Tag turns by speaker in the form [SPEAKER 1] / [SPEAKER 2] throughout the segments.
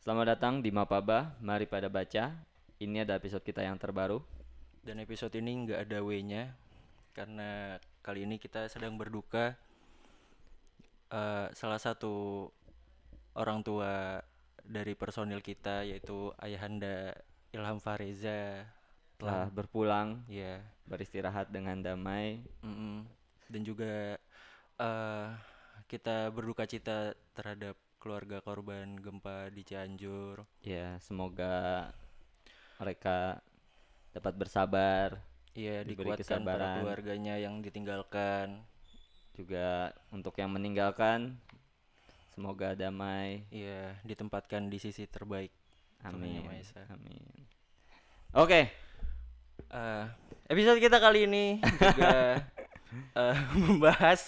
[SPEAKER 1] Selamat datang di Mapaba, mari pada baca. Ini ada episode kita yang terbaru.
[SPEAKER 2] Dan episode ini nggak ada W-nya karena kali ini kita sedang berduka. Salah satu orang tua dari personil kita yaitu Ayahanda Ilham Fahreza
[SPEAKER 1] Telah
[SPEAKER 2] telah
[SPEAKER 1] berpulang,
[SPEAKER 2] ya
[SPEAKER 1] beristirahat dengan damai.
[SPEAKER 2] dan juga eh, kita berduka cita terhadap keluarga korban gempa di Cianjur.
[SPEAKER 1] Ya, semoga mereka dapat bersabar,
[SPEAKER 2] Ya,
[SPEAKER 1] diberi
[SPEAKER 2] dikuatkan para
[SPEAKER 1] kesabaran.
[SPEAKER 2] keluarganya yang ditinggalkan.
[SPEAKER 1] Juga untuk yang meninggalkan, semoga damai.
[SPEAKER 2] Ya, ditempatkan di sisi terbaik Tuhan
[SPEAKER 1] Amin.
[SPEAKER 2] Yang Maha Esa.
[SPEAKER 1] Amin. Oke,
[SPEAKER 2] Eh, Episode kita kali ini juga membahas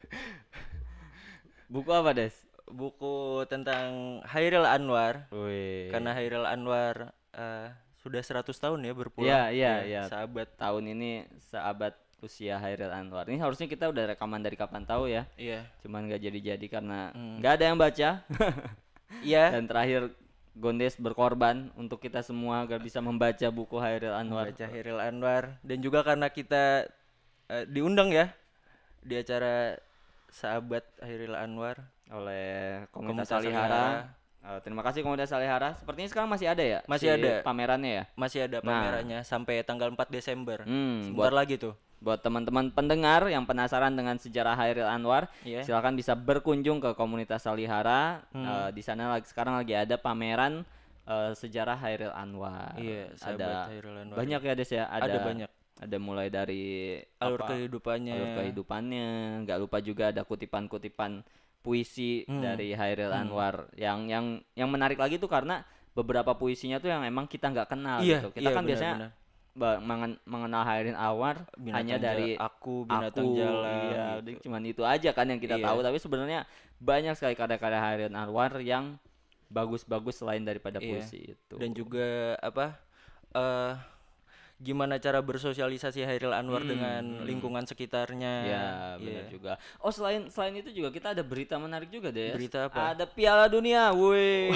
[SPEAKER 1] buku apa, Des?
[SPEAKER 2] buku tentang Chairil Anwar.
[SPEAKER 1] Wih.
[SPEAKER 2] Karena Chairil Anwar sudah 100 tahun ya berpulang.
[SPEAKER 1] Iya.
[SPEAKER 2] Sahabat.
[SPEAKER 1] Tahun ini seabad usia Chairil Anwar. Ini harusnya kita udah rekaman dari kapan tahu ya.
[SPEAKER 2] Iya.
[SPEAKER 1] Cuman nggak jadi karena nggak ada yang baca.
[SPEAKER 2] Iya.
[SPEAKER 1] Dan terakhir Gondes berkorban untuk kita semua agar bisa membaca buku Chairil Anwar.
[SPEAKER 2] Baca Chairil Anwar dan juga karena kita diundang ya di acara sahabat Chairil Anwar
[SPEAKER 1] Oleh komunitas
[SPEAKER 2] Komunitas
[SPEAKER 1] Salihara.
[SPEAKER 2] Salihara.
[SPEAKER 1] Terima kasih komunitas Salihara. Sepertinya sekarang masih ada ya?
[SPEAKER 2] Masih ada.
[SPEAKER 1] pamerannya ya.
[SPEAKER 2] Masih ada pamerannya sampai tanggal 4 Desember. Sebentar lagi tuh.
[SPEAKER 1] Buat teman-teman pendengar yang penasaran dengan sejarah Chairil Anwar,
[SPEAKER 2] Iya.
[SPEAKER 1] silakan bisa berkunjung ke komunitas Salihara. Di sana sekarang lagi ada pameran sejarah Chairil Anwar.
[SPEAKER 2] Iya, sahabat
[SPEAKER 1] Ada
[SPEAKER 2] Chairil Anwar.
[SPEAKER 1] banyak ya, Des ya.
[SPEAKER 2] Ada banyak.
[SPEAKER 1] Ada mulai dari
[SPEAKER 2] Alur kehidupannya.
[SPEAKER 1] Nggak lupa juga ada kutipan-kutipan puisi dari Chairil Anwar. Yang menarik lagi tuh karena beberapa puisinya tuh yang emang kita nggak kenal
[SPEAKER 2] Iya,
[SPEAKER 1] gitu. Kita kan
[SPEAKER 2] benar,
[SPEAKER 1] biasanya
[SPEAKER 2] benar.
[SPEAKER 1] mengenal Chairil Anwar hanya dari
[SPEAKER 2] binatang jalan
[SPEAKER 1] iya,
[SPEAKER 2] gitu.
[SPEAKER 1] udah cuman itu aja kan yang kita
[SPEAKER 2] Iya.
[SPEAKER 1] tahu, tapi sebenarnya banyak sekali karya-karya Chairil Anwar yang bagus-bagus selain daripada
[SPEAKER 2] Iya.
[SPEAKER 1] puisi itu.
[SPEAKER 2] Dan juga gimana cara bersosialisasi Chairil Anwar dengan lingkungan sekitarnya.
[SPEAKER 1] Ya, benar juga. Oh, selain itu juga kita ada berita menarik juga deh.
[SPEAKER 2] Berita apa?
[SPEAKER 1] Ada Piala Dunia. Woi.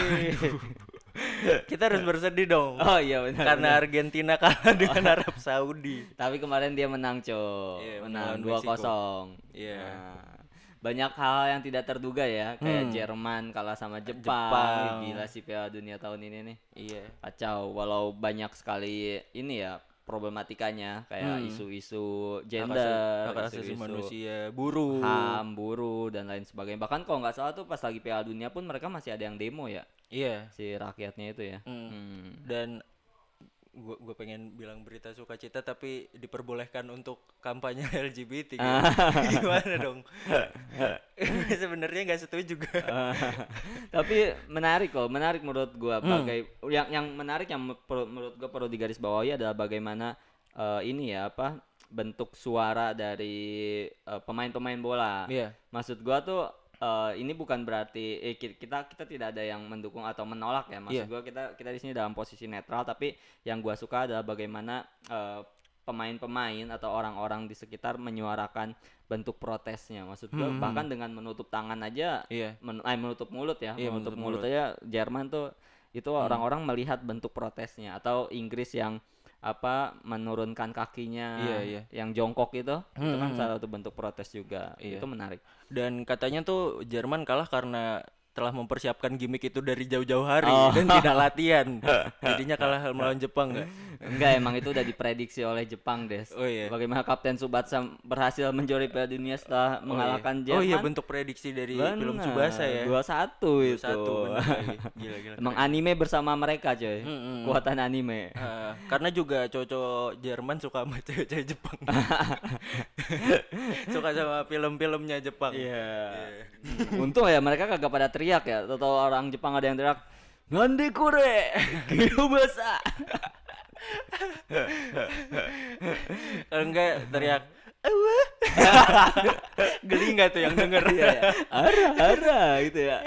[SPEAKER 2] Kita harus bersedih dong.
[SPEAKER 1] Oh iya benar.
[SPEAKER 2] Karena Argentina kalah dengan Arab Saudi.
[SPEAKER 1] Tapi kemarin dia menang, Cok.
[SPEAKER 2] Iya,
[SPEAKER 1] Menang
[SPEAKER 2] melawan
[SPEAKER 1] 2-0.
[SPEAKER 2] Iya.
[SPEAKER 1] Nah, banyak hal yang tidak terduga ya, kayak Jerman kalah sama Jepang. Gila sih Piala Dunia tahun ini nih.
[SPEAKER 2] Iya.
[SPEAKER 1] Kacau, walau banyak sekali ini ya problematikanya kayak isu-isu gender,
[SPEAKER 2] Hak asasi
[SPEAKER 1] isu-isu
[SPEAKER 2] manusia, buruh.
[SPEAKER 1] HAM, buruh dan lain sebagainya. Bahkan kalau nggak salah tuh pas lagi Piala Dunia pun mereka masih ada yang demo ya,
[SPEAKER 2] Iya.
[SPEAKER 1] si rakyatnya itu ya.
[SPEAKER 2] Dan gue pengen bilang berita sukacita tapi diperbolehkan untuk kampanye LGBT gitu. Gimana dong? Sebenarnya nggak setuju juga.
[SPEAKER 1] Tapi menarik menurut gua. Yang menarik yang menurut gua perlu digarisbawahi adalah bagaimana ini ya apa bentuk suara dari pemain-pemain bola.
[SPEAKER 2] Iya.
[SPEAKER 1] Maksud gua tuh ini bukan berarti kita tidak ada yang mendukung atau menolak ya. Maksud gua kita di sini dalam posisi netral, tapi yang gua suka adalah bagaimana pemain-pemain atau orang-orang di sekitar menyuarakan bentuk protesnya. Maksud gua bahkan dengan menutup tangan aja,
[SPEAKER 2] Iya.
[SPEAKER 1] menutup mulut ya.
[SPEAKER 2] Iya,
[SPEAKER 1] menutup
[SPEAKER 2] menutup
[SPEAKER 1] mulut aja Jerman tuh itu orang-orang melihat bentuk protesnya. Atau Inggris yang menurunkan kakinya,
[SPEAKER 2] Iya.
[SPEAKER 1] yang jongkok itu kan salah satu bentuk protes juga.
[SPEAKER 2] Iya.
[SPEAKER 1] Itu menarik.
[SPEAKER 2] Dan katanya tuh Jerman kalah karena telah mempersiapkan gimmick itu dari jauh-jauh hari dan tidak latihan. Jadinya kalah melawan Jepang nggak?
[SPEAKER 1] Enggak, emang itu udah diprediksi oleh Jepang, Des.
[SPEAKER 2] Oh iya.
[SPEAKER 1] Bagaimana Kapten Tsubasa berhasil menjuarai Piala Dunia setelah mengalahkan Jerman.
[SPEAKER 2] Oh iya, bentuk prediksi dari film
[SPEAKER 1] Benar,
[SPEAKER 2] Tsubasa ya.
[SPEAKER 1] 2-1 itu.
[SPEAKER 2] 2-1 benar lagi. Gila.
[SPEAKER 1] Emang anime bersama mereka, coy. Kuatan anime.
[SPEAKER 2] Karena juga cowok Jerman suka sama cewek-cewek Jepang. Suka sama film-filmnya Jepang.
[SPEAKER 1] Iya. Untung ya mereka kagak pada teriak ya. Atau orang Jepang ada yang teriak, "Ngande kure, Kyobasa."
[SPEAKER 2] Kalau enggak teriak "Awah." Geli nggak tuh yang denger?
[SPEAKER 1] Iya, ara gitu ya.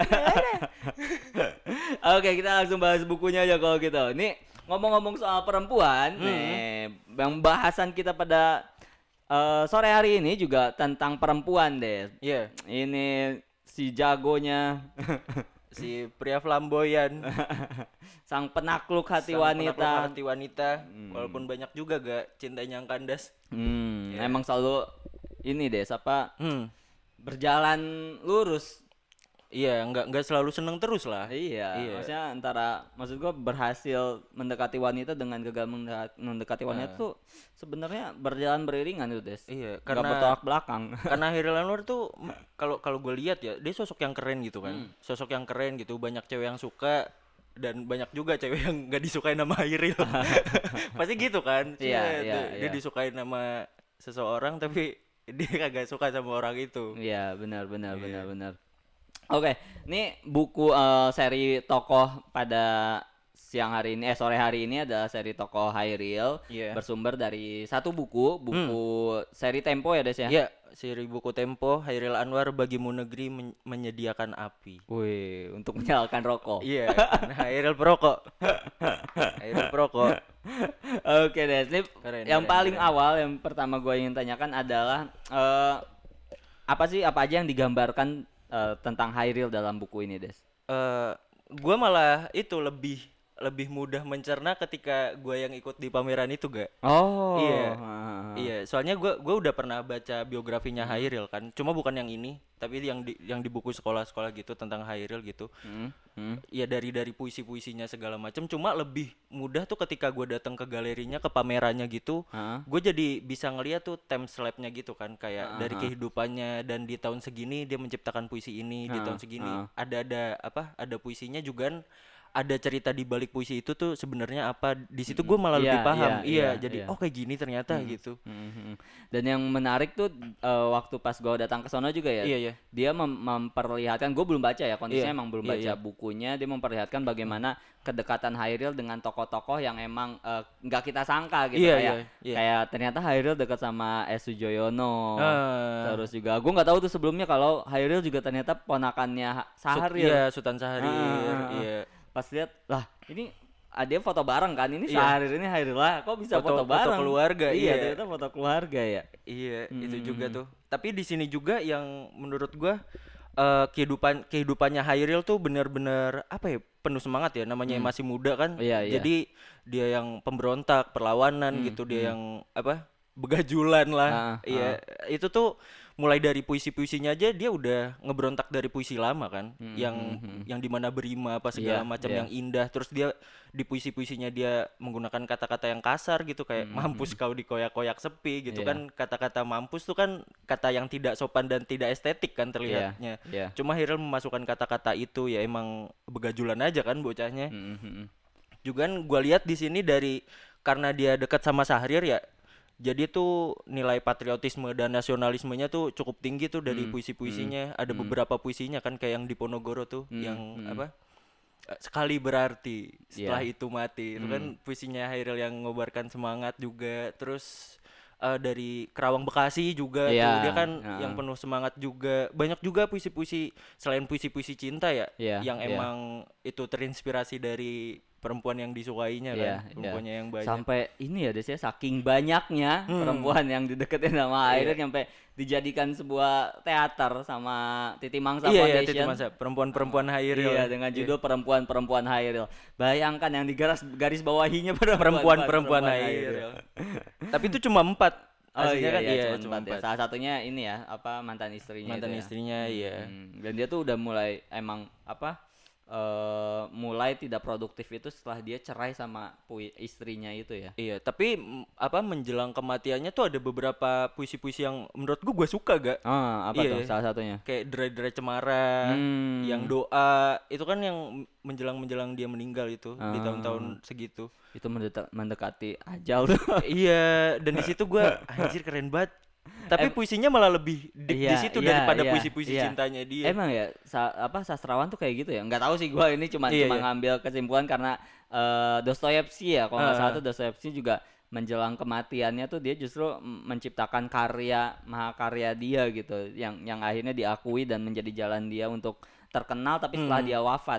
[SPEAKER 1] Oke, kita langsung bahas bukunya aja kalau gitu. Ini ngomong-ngomong soal perempuan, nih, yang bahasan kita pada sore hari ini juga tentang perempuan deh.
[SPEAKER 2] Iya.
[SPEAKER 1] Ini si jagonya
[SPEAKER 2] si pria flamboyan,
[SPEAKER 1] Sang penakluk hati
[SPEAKER 2] sang
[SPEAKER 1] wanita.
[SPEAKER 2] penakluk hati wanita, walaupun banyak juga gak cintanya yang kandas.
[SPEAKER 1] Emang selalu ini deh, apa
[SPEAKER 2] Hmm.
[SPEAKER 1] berjalan lurus.
[SPEAKER 2] Iya, nggak selalu seneng terus lah.
[SPEAKER 1] Iya,
[SPEAKER 2] Iya.
[SPEAKER 1] maksudnya maksud gua berhasil mendekati wanita dengan gagal mendekati wanita tuh sebenarnya berjalan beriringan itu, Des.
[SPEAKER 2] Iya,
[SPEAKER 1] Nggak
[SPEAKER 2] karena
[SPEAKER 1] bertolak belakang.
[SPEAKER 2] karena Hairil Anwar tuh kalau gue lihat ya, dia sosok yang keren gitu kan. Sosok yang keren gitu, banyak cewek yang suka dan banyak juga cewek yang nggak disukain sama Hairil. Pasti gitu kan.
[SPEAKER 1] Iya, iya,
[SPEAKER 2] Dia
[SPEAKER 1] iya.
[SPEAKER 2] disukain sama seseorang tapi dia kagak suka sama orang itu.
[SPEAKER 1] Iya, benar benar
[SPEAKER 2] Iya.
[SPEAKER 1] benar benar. Oke, ini buku seri tokoh pada siang hari ini, sore hari ini adalah seri tokoh Hairil,
[SPEAKER 2] Iya.
[SPEAKER 1] bersumber dari satu buku seri Tempo ya, Des ya.
[SPEAKER 2] Iya, seri buku Tempo, Hairil Anwar Bagimu Negeri Menyediakan Api.
[SPEAKER 1] Wih, untuk menyalakan rokok.
[SPEAKER 2] Iya, nah, Hairil perokok. Hairil perokok.
[SPEAKER 1] Oke deh, ini
[SPEAKER 2] Keren,
[SPEAKER 1] yang
[SPEAKER 2] keren,
[SPEAKER 1] paling
[SPEAKER 2] keren.
[SPEAKER 1] awal yang pertama gue ingin tanyakan adalah apa aja yang digambarkan tentang Hairil dalam buku ini, Des?
[SPEAKER 2] Gue malah itu lebih mudah mencerna ketika gue yang ikut di pameran itu gak.
[SPEAKER 1] Oh,
[SPEAKER 2] Iya. Iya, soalnya gue udah pernah baca biografinya
[SPEAKER 1] Hmm.
[SPEAKER 2] Hairil kan, cuma bukan yang ini, tapi yang di buku sekolah-sekolah gitu tentang Hairil gitu. Ya dari puisi-puisinya segala macam, cuma lebih mudah tuh ketika gue datang ke galerinya, ke pamerannya gitu. Gue jadi bisa ngeliat tuh time lapse-nya gitu kan, kayak dari kehidupannya, dan di tahun segini dia menciptakan puisi ini, di tahun segini ada puisinya juga, ada cerita di balik puisi itu tuh sebenarnya apa. Di situ gue malah
[SPEAKER 1] Iya,
[SPEAKER 2] lebih paham.
[SPEAKER 1] iya,
[SPEAKER 2] Jadi
[SPEAKER 1] iya.
[SPEAKER 2] oh kayak gini ternyata gitu.
[SPEAKER 1] Dan yang menarik tuh waktu pas gue datang ke sono juga ya,
[SPEAKER 2] Iya, iya.
[SPEAKER 1] dia memperlihatkan, gue belum baca ya kondisinya,
[SPEAKER 2] Iya,
[SPEAKER 1] emang belum
[SPEAKER 2] iya,
[SPEAKER 1] baca
[SPEAKER 2] iya.
[SPEAKER 1] bukunya, dia memperlihatkan bagaimana kedekatan Hairil dengan tokoh-tokoh yang emang nggak kita sangka gitu,
[SPEAKER 2] Iya,
[SPEAKER 1] kayak
[SPEAKER 2] iya, iya.
[SPEAKER 1] kayak ternyata Hairil dekat sama S. Sujoyono.
[SPEAKER 2] Ah.
[SPEAKER 1] Terus juga gue nggak tahu tuh sebelumnya kalau Hairil juga ternyata ponakannya Saharil.
[SPEAKER 2] Iya, Sultan Saharir. Iya.
[SPEAKER 1] Pas lihat lah, ini ada foto bareng kan, ini
[SPEAKER 2] Iya.
[SPEAKER 1] Saharir ini Hairil lah, kok bisa
[SPEAKER 2] Foto-
[SPEAKER 1] foto
[SPEAKER 2] foto
[SPEAKER 1] bareng?
[SPEAKER 2] keluarga,
[SPEAKER 1] Iya,
[SPEAKER 2] iya.
[SPEAKER 1] ternyata foto keluarga ya.
[SPEAKER 2] Iya, itu juga tuh. Tapi di sini juga yang menurut gua kehidupannya Hairil tuh benar-benar apa ya, penuh semangat ya, namanya masih muda kan.
[SPEAKER 1] Iya, iya.
[SPEAKER 2] Jadi dia yang pemberontak, perlawanan gitu, dia yang apa? Begajulan lah. Iya, itu tuh mulai dari puisi-puisinya aja dia udah ngeberontak dari puisi lama kan, yang dimana berima apa segala
[SPEAKER 1] Iya,
[SPEAKER 2] macam
[SPEAKER 1] iya.
[SPEAKER 2] yang indah. Terus dia di puisi-puisinya dia menggunakan kata-kata yang kasar gitu, kayak mampus kau dikoyak-koyak sepi gitu.
[SPEAKER 1] Iya.
[SPEAKER 2] Kan kata-kata mampus tuh kan kata yang tidak sopan dan tidak estetik kan terlihatnya.
[SPEAKER 1] iya.
[SPEAKER 2] Cuma Hairil memasukkan kata-kata itu, ya emang begajulan aja kan bocahnya. Juga gua lihat di sini karena dia dekat sama Syahrir ya. Jadi tuh nilai patriotisme dan nasionalismenya tuh cukup tinggi tuh dari puisi-puisinya. Ada beberapa puisinya kan kayak yang di Ponorogo tuh, yang apa? Sekali berarti setelah itu mati. Itu kan puisinya Hairil yang ngobarkan semangat juga. Terus dari Kerawang Bekasi juga
[SPEAKER 1] Iya,
[SPEAKER 2] tuh dia kan yang penuh semangat juga. Banyak juga puisi-puisi selain puisi-puisi cinta ya,
[SPEAKER 1] Iya,
[SPEAKER 2] yang
[SPEAKER 1] iya.
[SPEAKER 2] emang itu terinspirasi dari perempuan yang disukainya
[SPEAKER 1] Iya,
[SPEAKER 2] kan, perempuannya yang banyak.
[SPEAKER 1] Sampai ini ya Des ya, saking banyaknya perempuan yang dideketin sama Hairil sampai dijadikan sebuah teater sama Titi Mangsa
[SPEAKER 2] Iya,
[SPEAKER 1] Foundation.
[SPEAKER 2] Titi Mangsa, perempuan-perempuan Hairil.
[SPEAKER 1] Iya, dengan judul Perempuan-perempuan Hairil. Bayangkan yang di garis bawahinya
[SPEAKER 2] Perempuan-perempuan Hairil. Tapi itu cuma 4.
[SPEAKER 1] Oh
[SPEAKER 2] Aslinya
[SPEAKER 1] iya,
[SPEAKER 2] kan
[SPEAKER 1] iya,
[SPEAKER 2] cuma
[SPEAKER 1] cuma 4 ya. Salah satunya ini ya, apa mantan istrinya
[SPEAKER 2] mantan
[SPEAKER 1] itu ya.
[SPEAKER 2] istrinya, iya.
[SPEAKER 1] Dan dia tuh udah mulai emang apa mulai tidak produktif itu setelah dia cerai sama istrinya itu ya.
[SPEAKER 2] Iya, tapi apa menjelang kematiannya tuh ada beberapa puisi-puisi yang menurut gua suka gak?
[SPEAKER 1] Apa
[SPEAKER 2] Iya.
[SPEAKER 1] tuh salah satunya?
[SPEAKER 2] Kayak Derai-derai Cemara, yang doa, itu kan yang menjelang dia meninggal itu di tahun-tahun segitu.
[SPEAKER 1] Itu mendekati ajal tuh.
[SPEAKER 2] Iya, dan di situ gua anjir keren banget. Tapi puisinya malah lebih deep di situ daripada puisi-puisi cintanya dia.
[SPEAKER 1] Emang ya sastrawan tuh kayak gitu ya. Nggak tahu sih gua ini cuma ngambil kesimpulan karena Dostoyevsky ya, kalau nggak salah tuh Dostoyevsky juga menjelang kematiannya tuh dia justru menciptakan mahakarya dia gitu yang akhirnya diakui dan menjadi jalan dia untuk terkenal, tapi setelah dia wafat.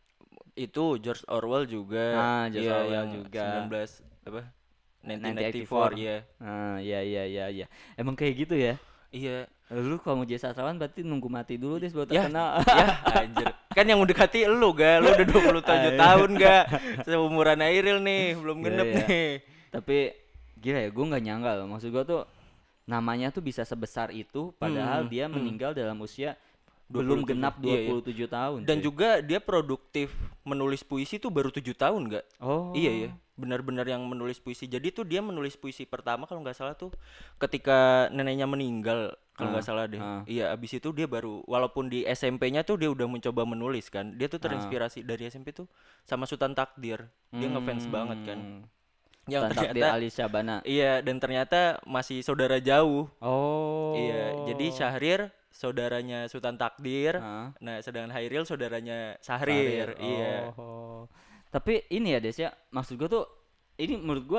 [SPEAKER 2] Itu George Orwell juga.
[SPEAKER 1] George Orwell juga.
[SPEAKER 2] 1994 ya.
[SPEAKER 1] Iya. Emang kayak gitu ya.
[SPEAKER 2] Iya.
[SPEAKER 1] Lu kalau mau jadi sastrawan berarti nunggu mati dulu deh baru
[SPEAKER 2] Ya,
[SPEAKER 1] terkenal.
[SPEAKER 2] ya anjir. Kan yang mendekati lu ga, lu udah 27 tahun ga. Seumuran Airil nih, belum
[SPEAKER 1] Iya,
[SPEAKER 2] genep
[SPEAKER 1] iya.
[SPEAKER 2] nih.
[SPEAKER 1] Tapi gila ya, gue nggak nyangka loh. Maksud gue tuh namanya tuh bisa sebesar itu, padahal dia meninggal dalam usia belum
[SPEAKER 2] 27.
[SPEAKER 1] genap
[SPEAKER 2] Iya, iya.
[SPEAKER 1] 27 tahun.
[SPEAKER 2] Dan
[SPEAKER 1] cuy.
[SPEAKER 2] juga dia produktif menulis puisi tuh baru 7 tahun gak?
[SPEAKER 1] Oh.
[SPEAKER 2] Iya ya, benar-benar yang menulis puisi. Jadi tuh dia menulis puisi pertama kalau nggak salah tuh ketika neneknya meninggal kalau nggak salah deh. Iya, abis itu dia baru, walaupun di SMP-nya tuh dia udah mencoba menulis kan. Dia tuh terinspirasi dari SMP tuh sama Sultan Takdir. Dia ngefans banget kan. Yang
[SPEAKER 1] Sultan Takdir
[SPEAKER 2] ternyata
[SPEAKER 1] Ali Syabana.
[SPEAKER 2] iya, dan ternyata masih saudara jauh.
[SPEAKER 1] Oh.
[SPEAKER 2] Iya, jadi Syahrir saudaranya Sultan Takdir.
[SPEAKER 1] Ah.
[SPEAKER 2] Nah, sedangkan Hairil saudaranya Syahrir. Iya.
[SPEAKER 1] Oh. Tapi ini ya Des ya, maksud gue tuh ini menurut gue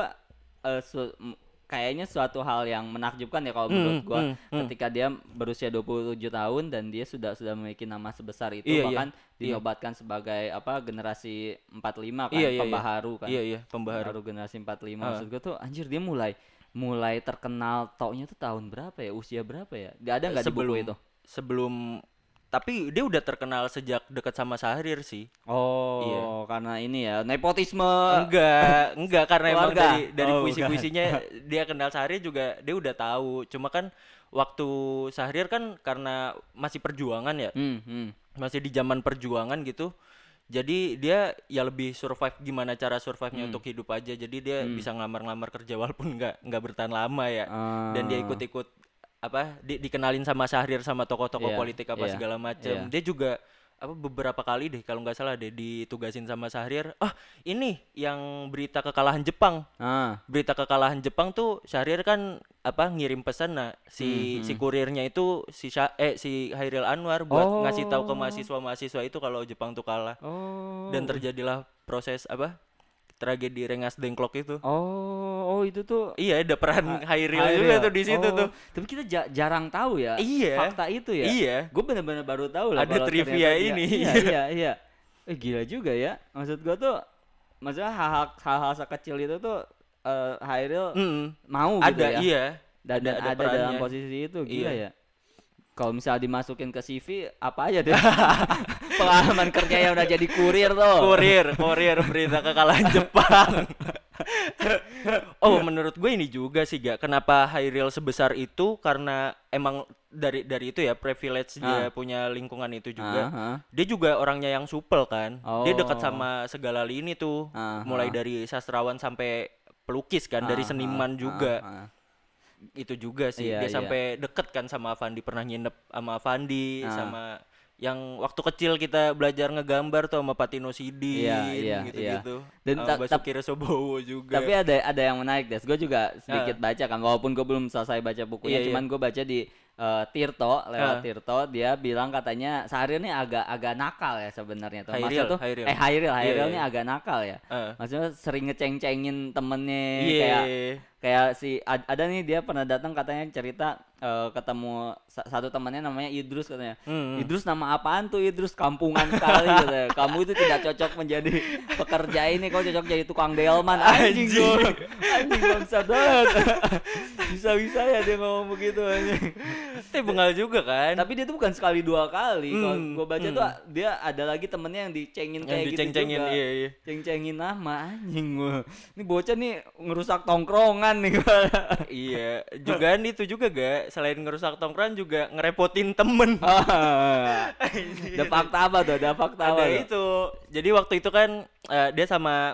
[SPEAKER 1] kayaknya suatu hal yang menakjubkan ya kalau menurut gue ketika dia berusia 27 tahun dan dia sudah memiliki nama sebesar itu,
[SPEAKER 2] Iya,
[SPEAKER 1] bahkan
[SPEAKER 2] iya.
[SPEAKER 1] dinobatkan sebagai apa generasi 45 kan,
[SPEAKER 2] Iya, iya,
[SPEAKER 1] pembaharu kan.
[SPEAKER 2] Iya, iya, pembaharu.
[SPEAKER 1] Baru generasi 45. Maksud gue tuh anjir dia mulai terkenal taunya tuh tahun berapa ya? Usia berapa ya? Gak ada nggak di buku itu?
[SPEAKER 2] Sebelum, tapi dia udah terkenal sejak dekat sama Syahrir sih.
[SPEAKER 1] Oh,
[SPEAKER 2] Iya.
[SPEAKER 1] karena ini ya nepotisme.
[SPEAKER 2] Enggak karena emang
[SPEAKER 1] Keluarga?
[SPEAKER 2] dari
[SPEAKER 1] Oh,
[SPEAKER 2] puisi-puisinya dia kenal Syahrir juga dia udah tahu. Cuma kan waktu Syahrir kan karena masih perjuangan ya. Masih di zaman perjuangan gitu. Jadi dia ya lebih survive, gimana cara survive-nya untuk hidup aja. Jadi dia bisa ngelamar-ngelamar kerja walaupun nggak bertahan lama ya. Dan dia ikut-ikut apa dikenalin sama Syahrir sama tokoh-tokoh
[SPEAKER 1] Iya,
[SPEAKER 2] politik apa
[SPEAKER 1] iya,
[SPEAKER 2] segala macam.
[SPEAKER 1] iya.
[SPEAKER 2] Dia juga apa beberapa kali deh kalau nggak salah deh ditugasin sama Syahrir. Ini yang berita kekalahan Jepang. Berita kekalahan Jepang tuh Syahrir kan apa ngirim pesan, nah si kurirnya itu si Hairil Anwar buat ngasih tahu ke mahasiswa itu kalau Jepang tuh kalah. Dan terjadilah proses apa tragedi Rengas Dengklok itu.
[SPEAKER 1] Oh itu tuh.
[SPEAKER 2] Iya, ada peran Hairil juga tuh di situ tuh.
[SPEAKER 1] Tapi kita jarang tahu ya.
[SPEAKER 2] Iya.
[SPEAKER 1] Fakta itu ya.
[SPEAKER 2] Iya.
[SPEAKER 1] Gue benar-benar baru tahu lah.
[SPEAKER 2] Ada
[SPEAKER 1] kalau
[SPEAKER 2] trivia
[SPEAKER 1] ternyata
[SPEAKER 2] ini.
[SPEAKER 1] Iya. Gila juga ya. Maksud gue tuh, maksudnya hal-hal sekecil itu tuh Hairil mau gitu
[SPEAKER 2] ada,
[SPEAKER 1] ya.
[SPEAKER 2] iya.
[SPEAKER 1] Dan ada dalam
[SPEAKER 2] perannya.
[SPEAKER 1] posisi itu, gila
[SPEAKER 2] Iya.
[SPEAKER 1] ya. Kalau misalnya dimasukin ke CV apa aja deh. Pengalaman kerja yang udah jadi kurir tuh.
[SPEAKER 2] Kurir berita kekalahan Jepang. Menurut gue ini juga sih gak kenapa Hairil sebesar itu, karena emang dari itu ya privilege dia punya lingkungan itu juga. Dia juga orangnya yang supel kan. Dia dekat sama segala lini tuh. Mulai dari sastrawan sampai pelukis kan, dari seniman juga. Itu juga sih.
[SPEAKER 1] Iya,
[SPEAKER 2] Dia sampai deket kan sama Avandi, pernah nginep sama Avandi, sama yang waktu kecil kita belajar ngegambar tuh sama Patino Sidin, gitu-gitu.
[SPEAKER 1] Dan
[SPEAKER 2] Basuki Resobowo juga.
[SPEAKER 1] Tapi ada yang menarik Des. Gue juga sedikit baca kan, walaupun gue belum selesai baca bukunya, cuman gue baca di Tirto, lewat Tirto, dia bilang katanya Syahrir nih agak nakal ya sebenarnya tuh.
[SPEAKER 2] Hairil.
[SPEAKER 1] Hairil nih agak nakal ya. Maksudnya sering ngeceng-cengin temennya, kayak si ada nih dia pernah datang katanya cerita ketemu satu temannya namanya Idrus katanya. Idrus nama apaan tuh Idrus? Kampungan sekali katanya. Kamu itu tidak cocok menjadi pekerja ini, kau cocok jadi tukang delman. Anjing bangsat banget. Bisa-bisa ya dia ngomong begitu anjing.
[SPEAKER 2] Tapi bengal juga kan.
[SPEAKER 1] Tapi dia tuh bukan sekali dua kali. Kalau gua baca tuh dia ada lagi temennya yang dicengin kayak gitu juga.
[SPEAKER 2] Iya.
[SPEAKER 1] Ceng-cengin nama anjing gua. Ini bocah nih ngerusak tongkrongan nih gua.
[SPEAKER 2] Iya, juga itu juga gak selain ngerusak tongkrongan juga ngerepotin temen.
[SPEAKER 1] Ada fakta apa tuh?
[SPEAKER 2] Ada itu. Jadi waktu itu kan dia sama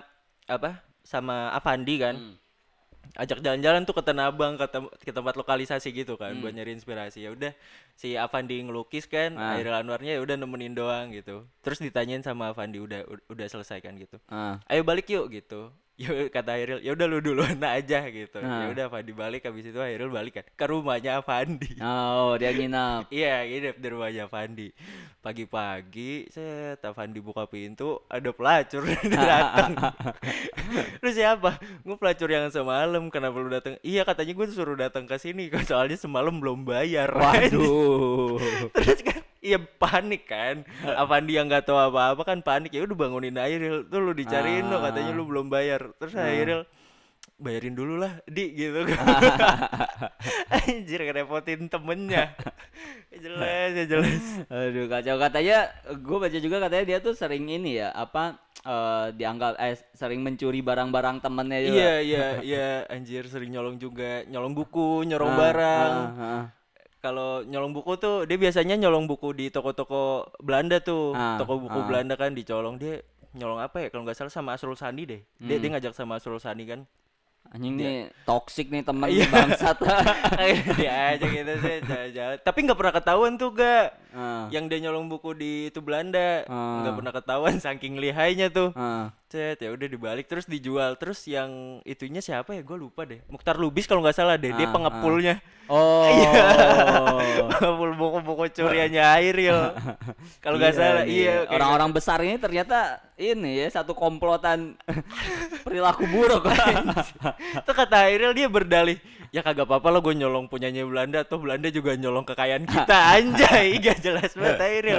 [SPEAKER 2] Avandi kan. Ajak jalan-jalan tuh ke Tanah Abang, ke tempat lokalisasi gitu kan, buat nyari inspirasi. Ya udah si Avandi ngelukis kan, Hairil Anwarnya ya udah nemenin doang gitu. Terus ditanyain sama Avandi udah selesai kan gitu. Ayo balik yuk gitu. Ya kata Hairil, ya udah lu duluan aja gitu. Ya udah Avandi balik, habis itu Hairil balik kan ke rumahnya Avandi.
[SPEAKER 1] Oh, dia nginap.
[SPEAKER 2] Iya, nginep di rumahnya Avandi. Pagi-pagi, Avandi buka pintu, ada pelacur datang. Terus siapa? Gue pelacur yang semalam, kenapa lu datang? Iya, katanya gue suruh datang ke sini, soalnya semalam belum bayar.
[SPEAKER 1] Waduh.
[SPEAKER 2] Terus kan iya panik kan. Avandi yang nggak tahu apa-apa kan panik, ya udah bangunin Hairil tuh, lu dicariin lo, katanya lu belum bayar. Terus Hairil bayarin dulu lah di gitu kan. Anjir ngerepotin temennya. Jelas ya jelas.
[SPEAKER 1] Aduh kacau, katanya gue baca juga katanya dia tuh sering ini ya apa dianggap sering mencuri barang-barang temennya juga.
[SPEAKER 2] Iya anjir sering nyolong juga, nyolong buku, nyolong barang. Kalau nyolong buku tuh dia biasanya nyolong buku di toko-toko Belanda tuh. Toko buku Belanda kan dicolong. Dia nyolong apa ya kalau nggak salah sama Asrul Sani deh. Dia ngajak sama Asrul Sani kan.
[SPEAKER 1] Anjing nih toksik nih temen bangsat.
[SPEAKER 2] Dia aja gitu sih jalan-jalan. Tapi nggak pernah ketahuan tuh gak. Yang dia nyolong buku di itu Belanda nggak pernah ketahuan saking lihainya tuh. Cet ya udah dibalik terus dijual. Terus yang itunya siapa ya gue lupa deh. Mukhtar Lubis kalau nggak salah deh. Dia pengepulnya.
[SPEAKER 1] Oh.
[SPEAKER 2] Pengepul buku-buku curiannya Hairil. Kalau nggak salah iya.
[SPEAKER 1] Orang-orang besar ini ternyata ini ya satu komplotan perilaku buruk.
[SPEAKER 2] Itu kata Hairil dia berdalih. Ya kagak apa-apa lah gue nyolong punyanya Belanda. Toh Belanda juga nyolong kekayaan kita. Anjay gak jelas banget Hairil.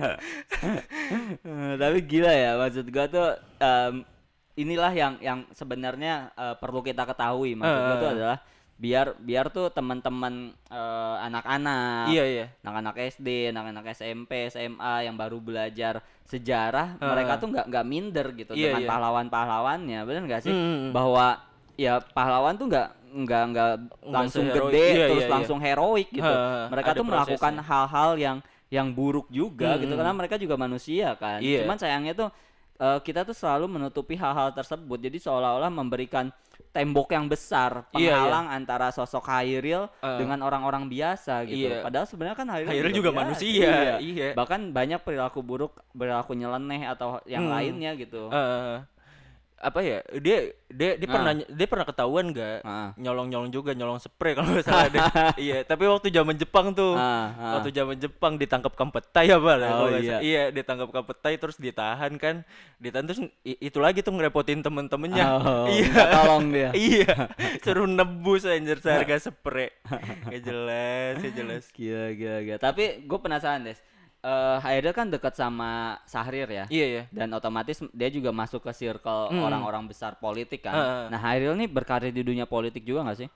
[SPEAKER 1] Tapi gila ya maksud gue tuh inilah yang sebenarnya perlu kita ketahui. Maksud gue tuh adalah biar tuh teman-teman anak-anak, anak-anak SD, anak-anak SMP, SMA yang baru belajar sejarah, mereka tuh nggak minder gitu dengan pahlawan-pahlawannya, benar nggak sih? Bahwa ya pahlawan tuh nggak langsung gede terus langsung heroik gitu. Mereka tuh melakukan hal-hal yang buruk juga gitu karena mereka juga manusia kan. Cuman sayangnya tuh kita tuh selalu menutupi hal-hal tersebut. Jadi seolah-olah memberikan tembok yang besar penghalang antara sosok Hairil dengan orang-orang biasa gitu. Padahal sebenarnya kan Hairil
[SPEAKER 2] juga manusia.
[SPEAKER 1] Bahkan banyak perilaku buruk, perilaku nyeleneh atau yang lainnya gitu.
[SPEAKER 2] Apa ya dia pernah ketahuan gak nyolong juga nyolong spray kalau nggak salah deh. Iya tapi waktu zaman Jepang tuh waktu zaman Jepang ditangkap Kampetai apa ditangkap Kampetai terus ditahan terus itu lagi tuh ngerepotin temen-temennya.
[SPEAKER 1] Tolong dia.
[SPEAKER 2] Suruh nebus anjir seharga spray. Gak jelas
[SPEAKER 1] Gila. Tapi gue penasaran deh. Hairil kan dekat sama Syahrir ya.
[SPEAKER 2] Iya.
[SPEAKER 1] Dan otomatis dia juga masuk ke circle orang-orang besar politik kan. Nah, Hairil nih berkarir di dunia politik juga enggak sih?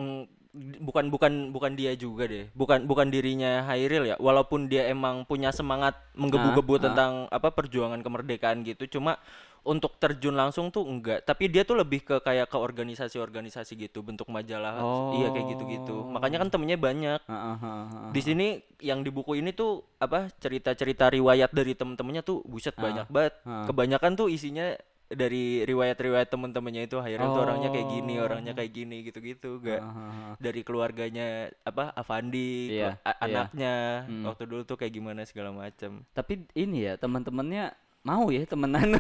[SPEAKER 2] Bukan dia juga deh. Bukan dirinya Hairil ya. Walaupun dia emang punya semangat menggebu-gebu tentang perjuangan kemerdekaan gitu. Cuma untuk terjun langsung tuh enggak, tapi dia tuh lebih ke kayak ke organisasi-organisasi gitu, bentuk majalah. Iya kayak gitu-gitu. Makanya kan temennya banyak. Di sini yang di buku ini tuh cerita-cerita riwayat dari temen-temennya tuh buset banyak banget. Kebanyakan tuh isinya dari riwayat-riwayat temen-temennya itu Hairil tuh orangnya kayak gini gitu-gitu gak. Dari keluarganya Avandi, anaknya waktu dulu tuh kayak gimana segala macam.
[SPEAKER 1] Tapi ini ya teman-temannya mau ya temenan.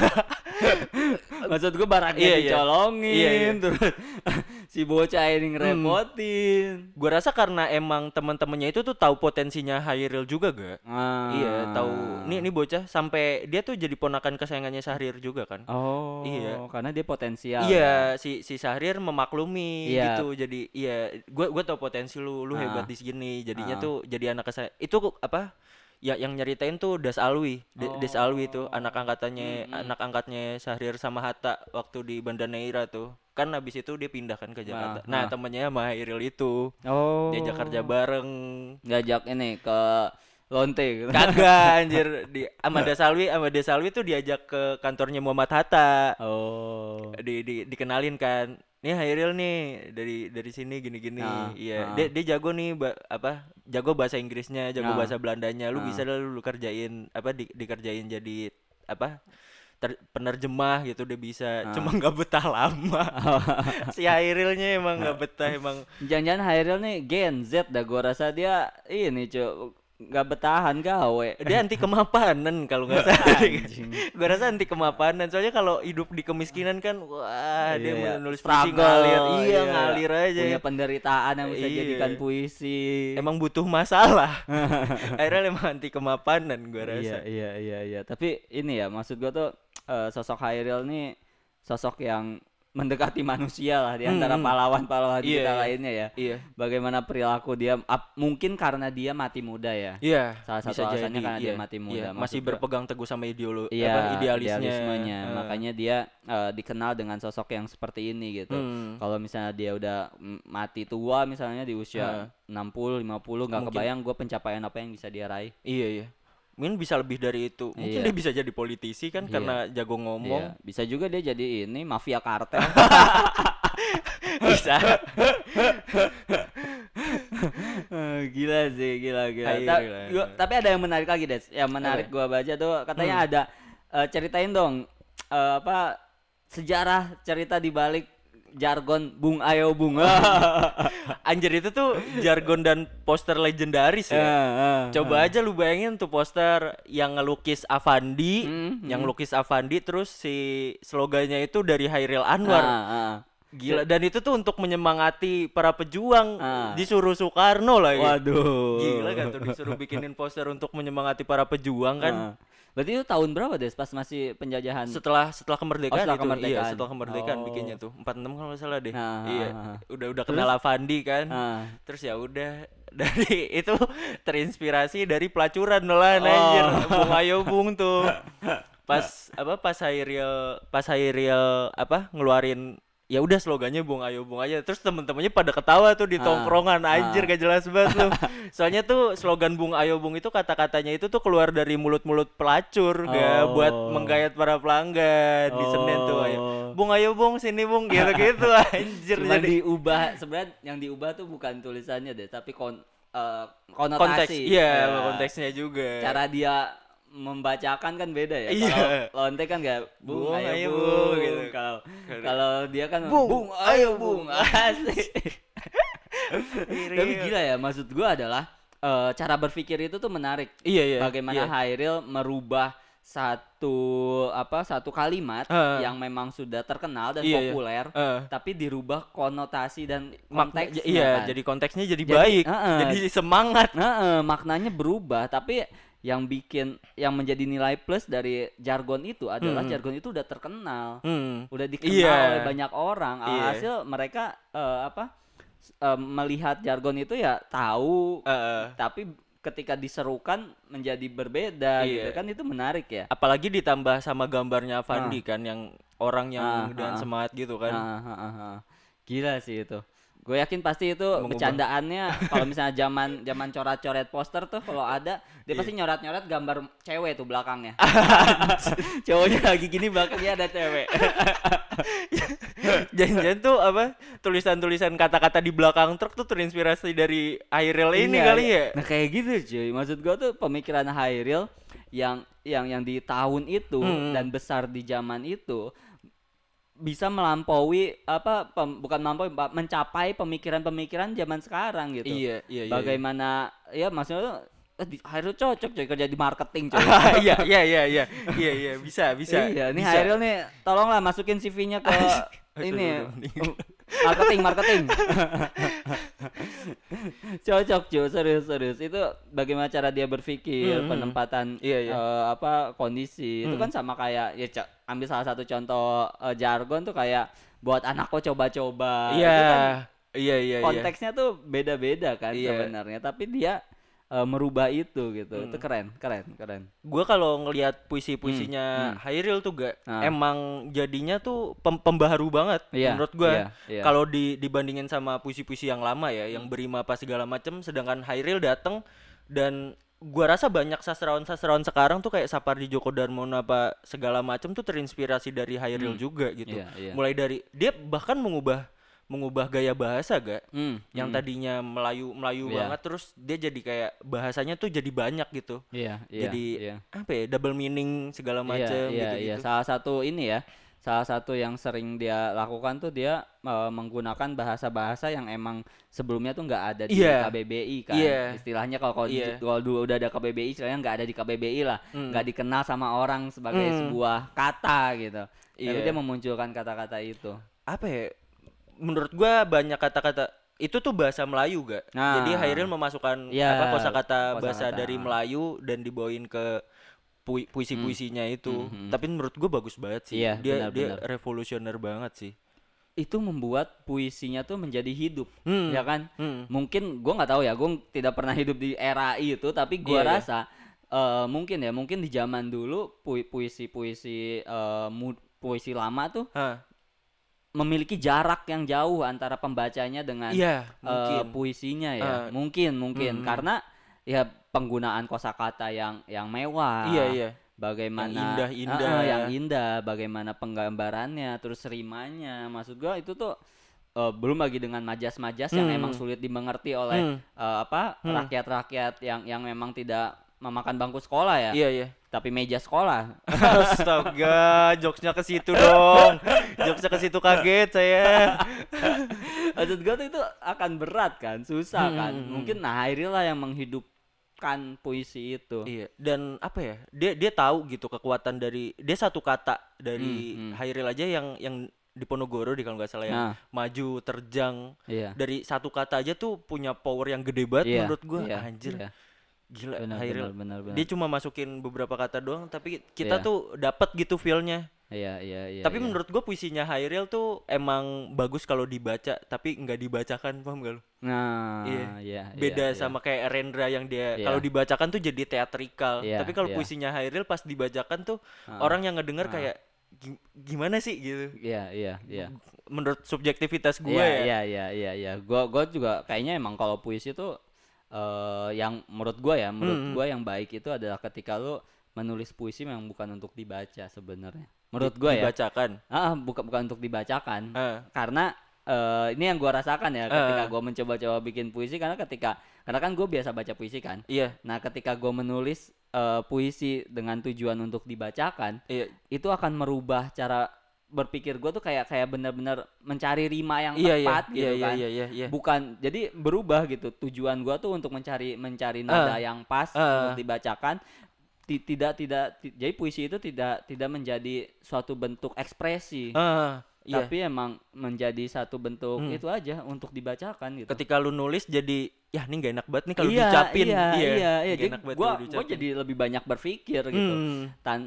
[SPEAKER 1] Maksud gue barangnya dicolongin terus si bocah ini ngerepotin.
[SPEAKER 2] Gue rasa karena emang teman-temannya itu tuh tahu potensinya Hairil juga gak. Iya tahu nih bocah sampai dia tuh jadi ponakan kesayangannya Syahrir juga kan.
[SPEAKER 1] Karena dia potensial.
[SPEAKER 2] Iya si Syahrir memaklumi gitu. Jadi gue tahu potensi lu hebat di sini. Jadinya tuh jadi anak kesayangan itu yang nyeritain tuh Das Alwi. Das Alwi tuh anak angkatnya Syahrir sama Hatta waktu di Banda Neira tuh. Kan habis itu dia pindah kan ke Jakarta. Nah, temennya sama Hairil itu. Diajak kerja bareng.
[SPEAKER 1] Ngajak ini ke Lonte gitu.
[SPEAKER 2] Kagak anjir sama Das Alwi tuh diajak ke kantornya Muhammad Hatta. Dikenalin kan. Nih Hairil nih dari sini gini-gini. Dia jago nih jago bahasa Inggrisnya, jago bahasa Belandanya. Lu bisa lu kerjain dikerjain jadi penerjemah gitu dia bisa. Cuma enggak betah lama. Si Hairilnya emang enggak betah emang.
[SPEAKER 1] Jangan-jangan Hairil nih Gen Z dah gua rasa dia ini nggak betahan gawe.
[SPEAKER 2] Dia anti kemapanan kalau nggak salah. Gue rasa anti kemapanan soalnya kalau hidup di kemiskinan kan dia menulis puisi ngalir aja.
[SPEAKER 1] Punya penderitaan yang bisa jadikan puisi.
[SPEAKER 2] Emang butuh masalah. Akhirnya emang anti kemapanan gue rasa.
[SPEAKER 1] Iya. Tapi ini ya maksud gue tuh sosok Hairil nih sosok yang mendekati manusia lah di antara pahlawan-pahlawan kita lainnya ya.
[SPEAKER 2] Iya.
[SPEAKER 1] Bagaimana perilaku dia mungkin karena dia mati muda ya.
[SPEAKER 2] Iya.
[SPEAKER 1] Salah satu alasannya karena dia mati muda.
[SPEAKER 2] Masih berpegang teguh sama
[SPEAKER 1] idealismenya. Makanya dia dikenal dengan sosok yang seperti ini gitu. Kalau misalnya dia udah mati tua misalnya di usia 60, 50 nggak kebayang gue pencapaian apa yang bisa dia raih.
[SPEAKER 2] Iya. Mungkin bisa lebih dari itu. Mungkin dia bisa jadi politisi kan karena jago ngomong.
[SPEAKER 1] Bisa juga dia jadi ini mafia kartel.
[SPEAKER 2] Bisa.
[SPEAKER 1] Gila sih, gila. Tapi ada yang menarik lagi, Des. Yang menarik gua baca tuh katanya ada ceritain dong sejarah cerita di balik jargon Bung Ayo Bung.
[SPEAKER 2] Anjir, itu tuh jargon dan poster legendaris ya. Coba aja lu bayangin tuh poster yang ngelukis Avandi, terus si slogannya itu dari Hairil Anwar. Gila, dan itu tuh untuk menyemangati para pejuang, disuruh Soekarno lagi.
[SPEAKER 1] Waduh.
[SPEAKER 2] Gila kan tuh disuruh bikinin poster untuk menyemangati para pejuang kan.
[SPEAKER 1] Berarti itu tahun berapa, Des? Pas masih penjajahan?
[SPEAKER 2] Setelah kemerdekaan
[SPEAKER 1] setelah
[SPEAKER 2] itu.
[SPEAKER 1] kemerdekaan.
[SPEAKER 2] Iya, setelah kemerdekaan bikinnya tuh. 46 kalau nggak salah deh. Iya. Udah kenal Avandi kan. Terus ya udah dari itu terinspirasi dari pelacuran lah anjir. Bung Ayo Bung tuh. Pas Hairil ngeluarin ya udah slogannya Bung Ayo Bung aja, terus temen-temennya pada ketawa tuh di tongkrongan. Anjir gak jelas banget lu. Soalnya tuh slogan Bung Ayo Bung itu kata-katanya itu tuh keluar dari mulut-mulut pelacur buat menggayat para pelanggan di Senen tuh. Bung Ayo Bung sini Bung gitu anjir.
[SPEAKER 1] Cuma jadi diubah, sebenarnya yang diubah tuh bukan tulisannya deh, tapi konotasi.
[SPEAKER 2] Konteksnya juga.
[SPEAKER 1] Cara dia membacakan kan beda ya. Kalau Lonte kan enggak Bung Ayo Bung gitu. Kalau dia kan Bung Ayo Bung. Asik. Tapi gila ya, maksud gua adalah cara berpikir itu tuh menarik. Bagaimana Hairil merubah satu kalimat yang memang sudah terkenal dan populer, tapi dirubah konotasi dan konteksnya.
[SPEAKER 2] Jadi konteksnya jadi baik, jadi semangat.
[SPEAKER 1] Maknanya berubah, tapi yang menjadi nilai plus dari jargon itu adalah jargon itu udah terkenal, udah dikenal oleh banyak orang. Alhasil mereka melihat jargon itu ya tahu, tapi ketika diserukan menjadi berbeda gitu kan, itu menarik ya.
[SPEAKER 2] Apalagi ditambah sama gambarnya Avandi kan, yang orang yang dengan semangat gitu kan.
[SPEAKER 1] Gila sih itu. Gue yakin pasti itu bercandaannya. Kalau misalnya zaman coret-coret poster tuh, kalau ada dia pasti nyoret-nyoret gambar cewek tuh belakangnya. Cowoknya lagi gini, belakangnya ada cewek.
[SPEAKER 2] Jangan-jangan tuh tulisan-tulisan kata-kata di belakang truk tuh terinspirasi dari Hairil ini kali ya.
[SPEAKER 1] Nah kayak gitu cuy. Maksud gue tuh pemikiran Hairil yang di tahun itu dan besar di zaman itu bisa melampaui mencapai pemikiran-pemikiran zaman sekarang gitu.
[SPEAKER 2] Iya.
[SPEAKER 1] Bagaimana ya maksudnya Hairil cocok coy kerja di marketing coy.
[SPEAKER 2] Iya, bisa.
[SPEAKER 1] Iya, ini Hairil nih tolonglah masukin CV-nya ke ini marketing. Cocok cuy, serius. Itu bagaimana cara dia berpikir, penempatan kondisi. Itu kan sama kayak ya ambil salah satu contoh jargon tuh kayak buat anak kok coba-coba.
[SPEAKER 2] Iya.
[SPEAKER 1] Konteksnya tuh beda-beda kan sebenarnya, tapi dia merubah itu gitu. Itu keren.
[SPEAKER 2] Gue kalau ngelihat puisi-puisinya Hairil tuh emang jadinya tuh pembaharu banget menurut gue. Kalau dibandingin sama puisi-puisi yang lama ya, yang berima apa segala macem, sedangkan Hairil dateng dan gue rasa banyak sastrawan sekarang tuh kayak Sapardi Djoko Darmono apa segala macem tuh terinspirasi dari Hairil juga gitu. Mulai dari dia bahkan mengubah gaya bahasa yang tadinya Melayu banget, terus dia jadi kayak bahasanya tuh jadi banyak gitu. Jadi double meaning segala macam gitu.
[SPEAKER 1] Salah satu yang sering dia lakukan tuh dia menggunakan bahasa-bahasa yang emang sebelumnya tuh nggak ada di KBBI kan. Istilahnya kalau dulu udah ada KBBI, istilahnya nggak ada di KBBI lah, nggak dikenal sama orang sebagai sebuah kata gitu. Tapi dia memunculkan kata-kata itu.
[SPEAKER 2] Apa ya? Menurut gua banyak kata-kata itu tuh bahasa Melayu jadi Hairil memasukkan kosakata bahasa dari Melayu dan dibawain ke puisi-puisinya itu. Tapi menurut gua bagus banget sih. Dia revolusioner banget sih.
[SPEAKER 1] itu membuat puisinya tuh menjadi hidup,
[SPEAKER 2] Hmm.
[SPEAKER 1] ya kan?
[SPEAKER 2] Hmm.
[SPEAKER 1] Mungkin gua nggak tahu ya, gua tidak pernah hidup di era itu, tapi gua
[SPEAKER 2] Iya, iya.
[SPEAKER 1] rasa mungkin di zaman dulu puisi-puisi puisi lama tuh
[SPEAKER 2] Hah.
[SPEAKER 1] memiliki jarak yang jauh antara pembacanya dengan
[SPEAKER 2] Iya, mungkin.
[SPEAKER 1] puisinya ya.
[SPEAKER 2] Ah,
[SPEAKER 1] Mungkin
[SPEAKER 2] mm,
[SPEAKER 1] karena ya penggunaan kosakata yang
[SPEAKER 2] iya,
[SPEAKER 1] mewah,
[SPEAKER 2] iya. Yang
[SPEAKER 1] bagaimana
[SPEAKER 2] indah-indah.
[SPEAKER 1] yang indah, bagaimana penggambarannya, terus rimanya. Maksud gua itu tuh belum lagi dengan majas-majas yang emang
[SPEAKER 2] Hmm.
[SPEAKER 1] sulit dimengerti oleh
[SPEAKER 2] Hmm. Hmm.
[SPEAKER 1] rakyat-rakyat yang memang tidak memakan bangku sekolah ya,
[SPEAKER 2] Iya, iya.
[SPEAKER 1] tapi meja sekolah.
[SPEAKER 2] Astaga, jokesnya ke situ dong. Jokesnya ke situ, kaget saya.
[SPEAKER 1] Maksud gue tuh itu akan berat kan, susah kan.
[SPEAKER 2] Hmm.
[SPEAKER 1] Mungkin Hairil lah yang menghidupkan puisi itu.
[SPEAKER 2] Iya, dan apa ya? Dia tahu gitu kekuatan dari dia satu kata dari Hairil aja yang di Ponorogo di kalau nggak salah yang
[SPEAKER 1] Nah,
[SPEAKER 2] maju terjang
[SPEAKER 1] iya,
[SPEAKER 2] dari satu kata aja tuh punya power yang gede banget
[SPEAKER 1] iya,
[SPEAKER 2] menurut gua.
[SPEAKER 1] iya,
[SPEAKER 2] Anjir,
[SPEAKER 1] iya.
[SPEAKER 2] gila
[SPEAKER 1] Benar,
[SPEAKER 2] Hairil.
[SPEAKER 1] benar, benar,
[SPEAKER 2] Dia
[SPEAKER 1] benar.
[SPEAKER 2] cuma masukin beberapa kata doang tapi kita
[SPEAKER 1] Iya,
[SPEAKER 2] tuh dapat gitu feel-nya.
[SPEAKER 1] iya, iya, iya,
[SPEAKER 2] Tapi
[SPEAKER 1] iya.
[SPEAKER 2] menurut gua puisinya Hairil tuh emang bagus kalau dibaca tapi nggak dibacakan, paham gak lu? Iya.
[SPEAKER 1] Nah, iya, iya,
[SPEAKER 2] Beda
[SPEAKER 1] iya,
[SPEAKER 2] sama kayak Rendra yang dia kalau
[SPEAKER 1] iya,
[SPEAKER 2] dibacakan tuh jadi teatrikal.
[SPEAKER 1] iya,
[SPEAKER 2] Tapi kalau
[SPEAKER 1] iya.
[SPEAKER 2] puisinya Hairil pas dibacakan tuh
[SPEAKER 1] Heeh,
[SPEAKER 2] orang yang ngedenger
[SPEAKER 1] heeh.
[SPEAKER 2] kayak gimana sih gitu.
[SPEAKER 1] Iya, iya, iya.
[SPEAKER 2] Menurut subjektivitas gue
[SPEAKER 1] Iya,
[SPEAKER 2] ya.
[SPEAKER 1] iya, iya, iya, iya. Gua juga kayaknya emang kalau puisi tuh yang menurut
[SPEAKER 2] Hmm,
[SPEAKER 1] gua yang baik itu adalah ketika lu menulis puisi memang bukan untuk dibaca sebenarnya. Menurut gua ya.
[SPEAKER 2] dibacakan.
[SPEAKER 1] Bukan untuk dibacakan.
[SPEAKER 2] Ah,
[SPEAKER 1] Karena ini yang gua rasakan ya ketika
[SPEAKER 2] ah,
[SPEAKER 1] gua mencoba-coba bikin puisi karena kan gua biasa baca puisi kan.
[SPEAKER 2] iya,
[SPEAKER 1] Nah, ketika gua menulis puisi dengan tujuan untuk dibacakan,
[SPEAKER 2] iya,
[SPEAKER 1] itu akan merubah cara berpikir gue tuh kayak kayak benar-benar mencari rima yang
[SPEAKER 2] iya, iya,
[SPEAKER 1] tepat
[SPEAKER 2] iya,
[SPEAKER 1] gitu
[SPEAKER 2] iya,
[SPEAKER 1] kan.
[SPEAKER 2] iya, iya, iya.
[SPEAKER 1] Bukan, jadi berubah gitu. Tujuan gua tuh untuk mencari nada
[SPEAKER 2] Ah,
[SPEAKER 1] yang pas untuk
[SPEAKER 2] ah,
[SPEAKER 1] dibacakan. Jadi puisi itu tidak menjadi suatu bentuk ekspresi,
[SPEAKER 2] iya.
[SPEAKER 1] tapi emang menjadi satu bentuk
[SPEAKER 2] Hmm.
[SPEAKER 1] itu aja untuk dibacakan gitu.
[SPEAKER 2] Ketika lu nulis jadi ya ini nggak enak banget nih kalau
[SPEAKER 1] Iya,
[SPEAKER 2] diucapin.
[SPEAKER 1] iya,
[SPEAKER 2] Iya,
[SPEAKER 1] iya, iya.
[SPEAKER 2] nggak
[SPEAKER 1] Jadi
[SPEAKER 2] enak banget
[SPEAKER 1] gua
[SPEAKER 2] kalau
[SPEAKER 1] gua
[SPEAKER 2] diucapin.
[SPEAKER 1] jadi lebih banyak berpikir gitu.
[SPEAKER 2] Hmm,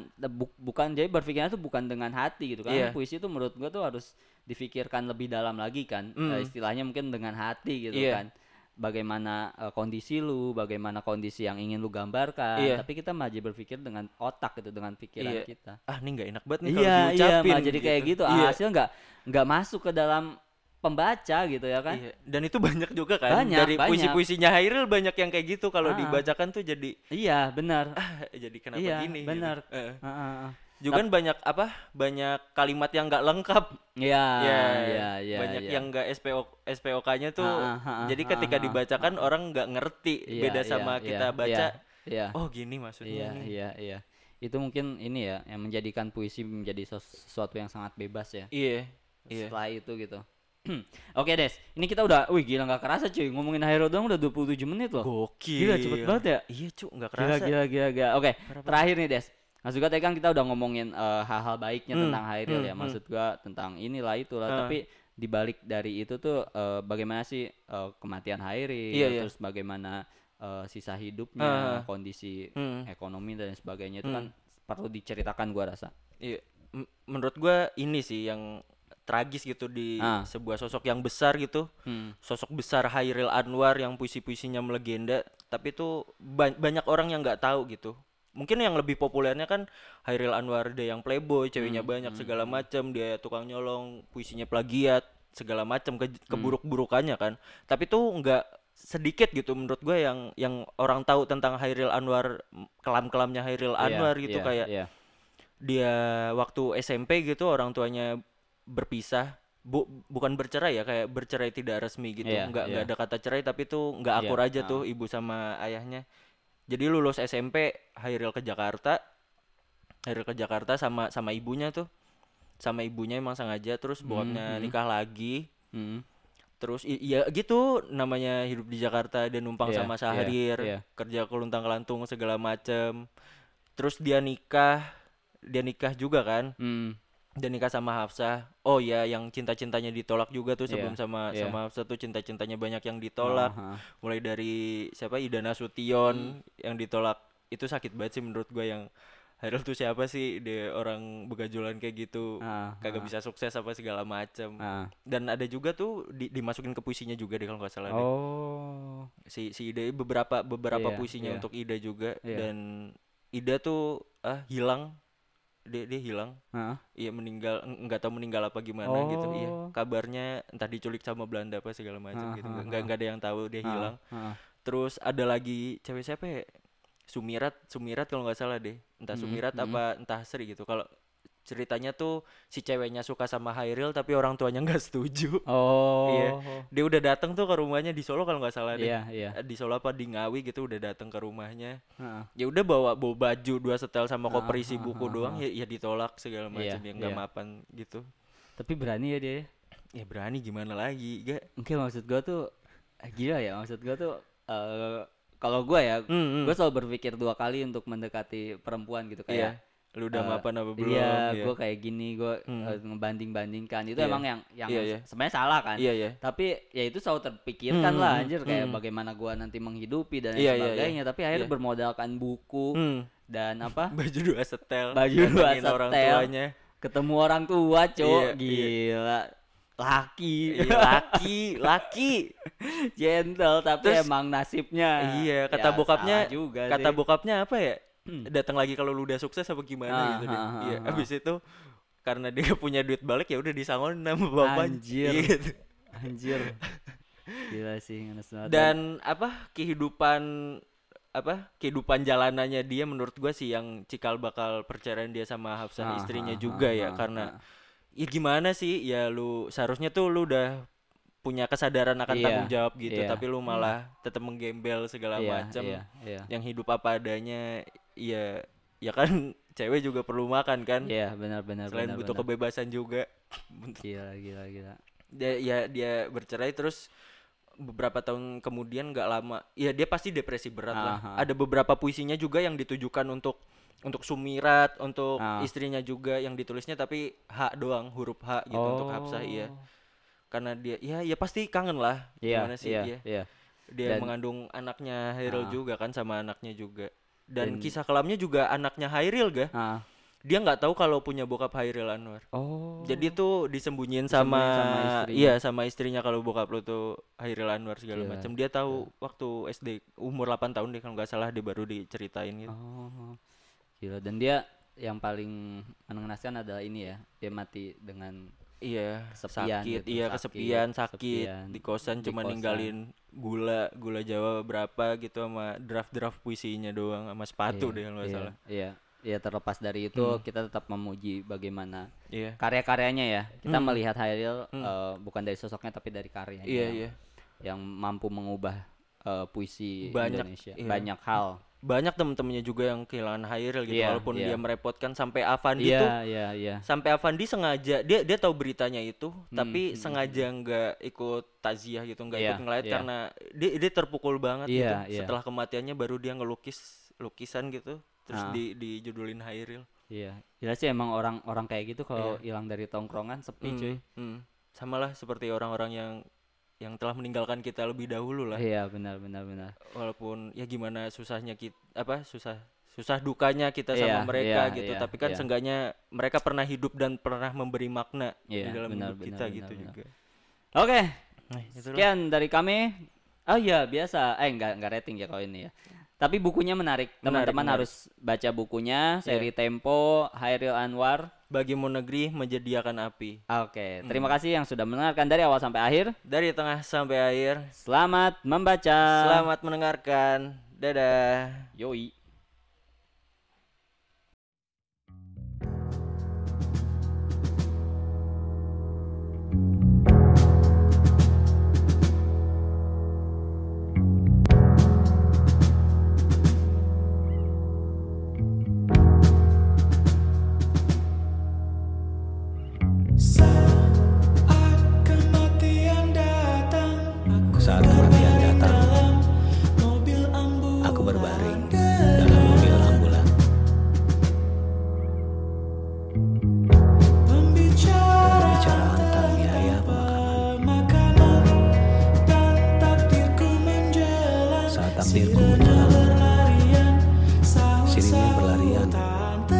[SPEAKER 1] Bukan, jadi berpikirnya tuh bukan dengan hati gitu. Karena
[SPEAKER 2] iya.
[SPEAKER 1] puisi itu menurut gua tuh harus difikirkan lebih dalam lagi kan.
[SPEAKER 2] Hmm,
[SPEAKER 1] Istilahnya mungkin dengan hati gitu
[SPEAKER 2] iya,
[SPEAKER 1] kan. Bagaimana kondisi lu, bagaimana kondisi yang ingin lu gambarkan.
[SPEAKER 2] iya,
[SPEAKER 1] Tapi kita malah berpikir dengan otak gitu, dengan pikiran
[SPEAKER 2] iya.
[SPEAKER 1] kita.
[SPEAKER 2] Ah, ini nggak enak banget nih kalau
[SPEAKER 1] Iya, iya,
[SPEAKER 2] diucapin
[SPEAKER 1] malah jadi kayak gitu.
[SPEAKER 2] Iya.
[SPEAKER 1] Hasil nggak masuk ke dalam pembaca gitu ya kan.
[SPEAKER 2] Iya, dan itu banyak juga kan
[SPEAKER 1] Banyak,
[SPEAKER 2] dari
[SPEAKER 1] banyak.
[SPEAKER 2] puisi-puisinya Hairil banyak yang kayak gitu kalau
[SPEAKER 1] Ah,
[SPEAKER 2] dibacakan tuh jadi
[SPEAKER 1] iya, benar.
[SPEAKER 2] jadi kenapa
[SPEAKER 1] Iya,
[SPEAKER 2] gini gitu.
[SPEAKER 1] benar. Heeh.
[SPEAKER 2] Juga kan banyak apa? Banyak kalimat yang nggak lengkap.
[SPEAKER 1] Iya,
[SPEAKER 2] Ya,
[SPEAKER 1] iya, iya,
[SPEAKER 2] banyak
[SPEAKER 1] iya.
[SPEAKER 2] yang nggak SPOK-nya tuh. Jadi
[SPEAKER 1] Ah,
[SPEAKER 2] ketika
[SPEAKER 1] ah,
[SPEAKER 2] dibacakan orang nggak ngerti.
[SPEAKER 1] Iya,
[SPEAKER 2] Beda
[SPEAKER 1] iya,
[SPEAKER 2] sama
[SPEAKER 1] iya,
[SPEAKER 2] kita
[SPEAKER 1] iya,
[SPEAKER 2] baca.
[SPEAKER 1] iya,
[SPEAKER 2] Oh, gini maksudnya
[SPEAKER 1] iya,
[SPEAKER 2] nih.
[SPEAKER 1] iya, iya. Itu mungkin ini ya yang menjadikan puisi menjadi sesuatu yang sangat bebas ya.
[SPEAKER 2] Iya. Iya.
[SPEAKER 1] Setelah itu gitu. Oke, Des. Ini kita udah, wih gila nggak kerasa cuy. Ngomongin Hairil doang udah 27 menit loh.
[SPEAKER 2] Gokil.
[SPEAKER 1] Gila cepet banget ya.
[SPEAKER 2] Iya, Cuk, nggak
[SPEAKER 1] Gila,
[SPEAKER 2] kerasa.
[SPEAKER 1] gila. Oke,
[SPEAKER 2] Parah banget.
[SPEAKER 1] terakhir nih Des. Maksud gua tadi kan kita udah ngomongin hal-hal baiknya
[SPEAKER 2] Hmm,
[SPEAKER 1] tentang Hairil ya.
[SPEAKER 2] hmm.
[SPEAKER 1] Maksud gua tentang inilah itulah.
[SPEAKER 2] Ah.
[SPEAKER 1] Tapi dibalik dari itu tuh bagaimana sih kematian Hairil,
[SPEAKER 2] Iya, iya.
[SPEAKER 1] terus bagaimana sisa hidupnya,
[SPEAKER 2] Ah.
[SPEAKER 1] kondisi
[SPEAKER 2] Hmm.
[SPEAKER 1] ekonomi dan sebagainya itu kan perlu diceritakan gua rasa.
[SPEAKER 2] Iya, menurut gua ini sih yang tragis gitu di
[SPEAKER 1] Ah.
[SPEAKER 2] sebuah sosok yang besar gitu.
[SPEAKER 1] Hmm.
[SPEAKER 2] Sosok besar Hairil Anwar yang puisi-puisinya melegenda, tapi tuh banyak orang yang nggak tahu gitu. Mungkin yang lebih populernya kan Hairil Anwar dia yang playboy, ceweknya banyak segala macam, dia tukang nyolong, puisinya plagiat, segala macam keburuk-burukannya kan. Tapi tuh nggak sedikit gitu menurut gue yang orang tahu tentang Hairil Anwar, kelam-kelamnya Hairil Anwar gitu, kayak
[SPEAKER 1] Iya.
[SPEAKER 2] dia waktu SMP gitu orang tuanya berpisah, bukan bercerai ya, kayak bercerai tidak resmi gitu.
[SPEAKER 1] Iya,
[SPEAKER 2] nggak
[SPEAKER 1] iya.
[SPEAKER 2] ada kata cerai tapi tuh nggak
[SPEAKER 1] Iya,
[SPEAKER 2] akur aja tuh ibu sama ayahnya. Jadi lulus SMP Hairil ke Jakarta sama ibunya tuh. Sama ibunya emang sengaja, terus bokapnya nikah lagi.
[SPEAKER 1] Hmm.
[SPEAKER 2] Terus ya gitu namanya hidup di Jakarta, dia numpang
[SPEAKER 1] Iya,
[SPEAKER 2] sama
[SPEAKER 1] iya,
[SPEAKER 2] Syahrir,
[SPEAKER 1] iya.
[SPEAKER 2] kerja keluntang-kelantung segala macem. Terus dia nikah juga kan.
[SPEAKER 1] Hmm.
[SPEAKER 2] Dia nikah sama Hafsah. Oh ya, yang cinta-cintanya ditolak juga tuh sebelum
[SPEAKER 1] Iya,
[SPEAKER 2] sama
[SPEAKER 1] iya.
[SPEAKER 2] Hafsah tuh cinta-cintanya banyak yang ditolak.
[SPEAKER 1] Aha.
[SPEAKER 2] Mulai dari siapa, Ida Nasution yang ditolak. Itu sakit banget sih menurut gue, yang Hairil tuh siapa sih, dia orang begajulan kayak gitu, kagak bisa sukses apa segala macam. Dan ada juga tuh dimasukin ke puisinya juga deh kalau nggak salah deh. Si Ida beberapa puisinya untuk Ida juga. Dan Ida tuh hilang, dia hilang. Iya, meninggal, nggak tahu meninggal apa gimana gitu. Iya, kabarnya entah diculik sama Belanda apa segala macam gitu. Nggak ada yang tahu dia hilang. Terus ada lagi cewek siapa ya? Sumirat kalau nggak salah deh, entah Sumirat apa entah Sri gitu. Kalau ceritanya tuh si ceweknya suka sama Hairil tapi orang tuanya nggak setuju. Iya, dia udah datang tuh ke rumahnya di Solo kalau nggak salah deh. Di Solo apa di Ngawi gitu, udah datang ke rumahnya. Ya udah bawa baju 2 setel sama koper isi buku doang, ya ditolak segala macam, yang nggak mapan gitu.
[SPEAKER 1] Tapi berani ya dia.
[SPEAKER 2] Ya berani gimana lagi, gak?
[SPEAKER 1] Mungkin maksud gua tuh gila ya, maksud gua tuh kalau gue ya, gue selalu berpikir 2 kali untuk mendekati perempuan gitu, kayak
[SPEAKER 2] lu udah mapan apa belum?
[SPEAKER 1] Iya, gue kayak gini, gue ngebanding-bandingkan itu emang yang sebenarnya salah kan. Tapi ya itu selalu terpikirkan lah anjir, kayak bagaimana gue nanti menghidupi dan sebagainya. Tapi akhirnya bermodalkan buku dan apa?
[SPEAKER 2] Baju 2 setel.
[SPEAKER 1] Orang tuanya. Ketemu orang tua, cowok, gila. Laki gentle tapi terus, emang nasibnya
[SPEAKER 2] kata bokapnya apa ya, datang lagi kalau lu udah sukses apa gimana gitu deh. Abis itu karena dia punya duit balik, ya udah disangon sama bapaknya.
[SPEAKER 1] Anjir gila sih.
[SPEAKER 2] Dan kehidupan jalanannya dia menurut gua sih yang cikal bakal perceraian dia sama Hafsah istrinya juga ya, karena ya gimana sih, ya lu seharusnya tuh lu udah punya kesadaran akan tanggung jawab gitu, tapi lu malah tetap menggembel segala macam. Yang hidup apa adanya, ya kan cewek juga perlu makan kan.
[SPEAKER 1] Iya, benar.
[SPEAKER 2] Selain butuh kebebasan juga.
[SPEAKER 1] Gila.
[SPEAKER 2] Dia bercerai, terus beberapa tahun kemudian, nggak lama, ya dia pasti depresi berat lah. Ada beberapa puisinya juga yang ditujukan untuk Sumirat, untuk istrinya juga, yang ditulisnya tapi H doang, huruf H gitu, untuk Hafsah. Karena dia ya pasti kangen lah, gimana sih dia mengandung anaknya Hairil juga kan, sama anaknya juga. Dan kisah kelamnya juga anaknya Hairil dia nggak tahu kalau punya bokap Hairil Anwar. Jadi tuh disembunyiin sama istrinya kalau bokap lu tuh Hairil Anwar segala macam. Dia tahu waktu SD umur 8 tahun deh kalau nggak salah, dia baru diceritain gitu.
[SPEAKER 1] Gila. Dan dia yang paling mengenaskan adalah ini ya, dia mati dengan kesepian,
[SPEAKER 2] kesepian, sakit di kosan, cuma ninggalin gula Jawa berapa gitu, sama draft puisinya doang, sama sepatu deh kalau nggak salah.
[SPEAKER 1] Iya, terlepas dari itu kita tetap memuji bagaimana karya-karyanya ya. Kita melihat Hairil bukan dari sosoknya tapi dari karyanya yang mampu mengubah puisi Indonesia. Banyak hal.
[SPEAKER 2] Banyak temen-temennya juga yang kehilangan Hairil gitu, walaupun dia merepotkan. Sampai Afandi sampai Afandi sengaja dia tahu beritanya itu, tapi sengaja nggak ikut takziah gitu, nggak ikut ngelayat karena dia terpukul banget gitu. Setelah kematiannya baru dia ngelukis lukisan gitu, terus dijudulin Hairil.
[SPEAKER 1] Jelas sih emang orang kayak gitu kalau hilang dari tongkrongan sepi cuy.
[SPEAKER 2] Sama lah seperti orang-orang yang telah meninggalkan kita lebih dahulu lah.
[SPEAKER 1] Iya, benar.
[SPEAKER 2] Walaupun ya gimana susahnya kita, susah dukanya kita sama mereka gitu, tapi kan seenggaknya mereka pernah hidup dan pernah memberi makna di dalam hidup kita gitu juga.
[SPEAKER 1] Oke. Sekian dari kami. Oh iya, biasa. Enggak rating ya kalau ini ya. Tapi bukunya menarik. Teman-teman harus baca bukunya, seri Tempo, Hairil Anwar,
[SPEAKER 2] Bagimu Negeri Menyediakan Api.
[SPEAKER 1] Oke, terima kasih yang sudah mendengarkan dari awal sampai akhir.
[SPEAKER 2] Dari tengah sampai akhir.
[SPEAKER 1] Selamat membaca.
[SPEAKER 2] Selamat mendengarkan. Dadah.
[SPEAKER 1] Yoi.
[SPEAKER 3] Saat kematian datang, aku berbaring dalam mobil ambulan dan berbicara tentang biaya pemakaman. Saat takdirku menjelang, sirine berlarian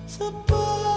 [SPEAKER 3] seperti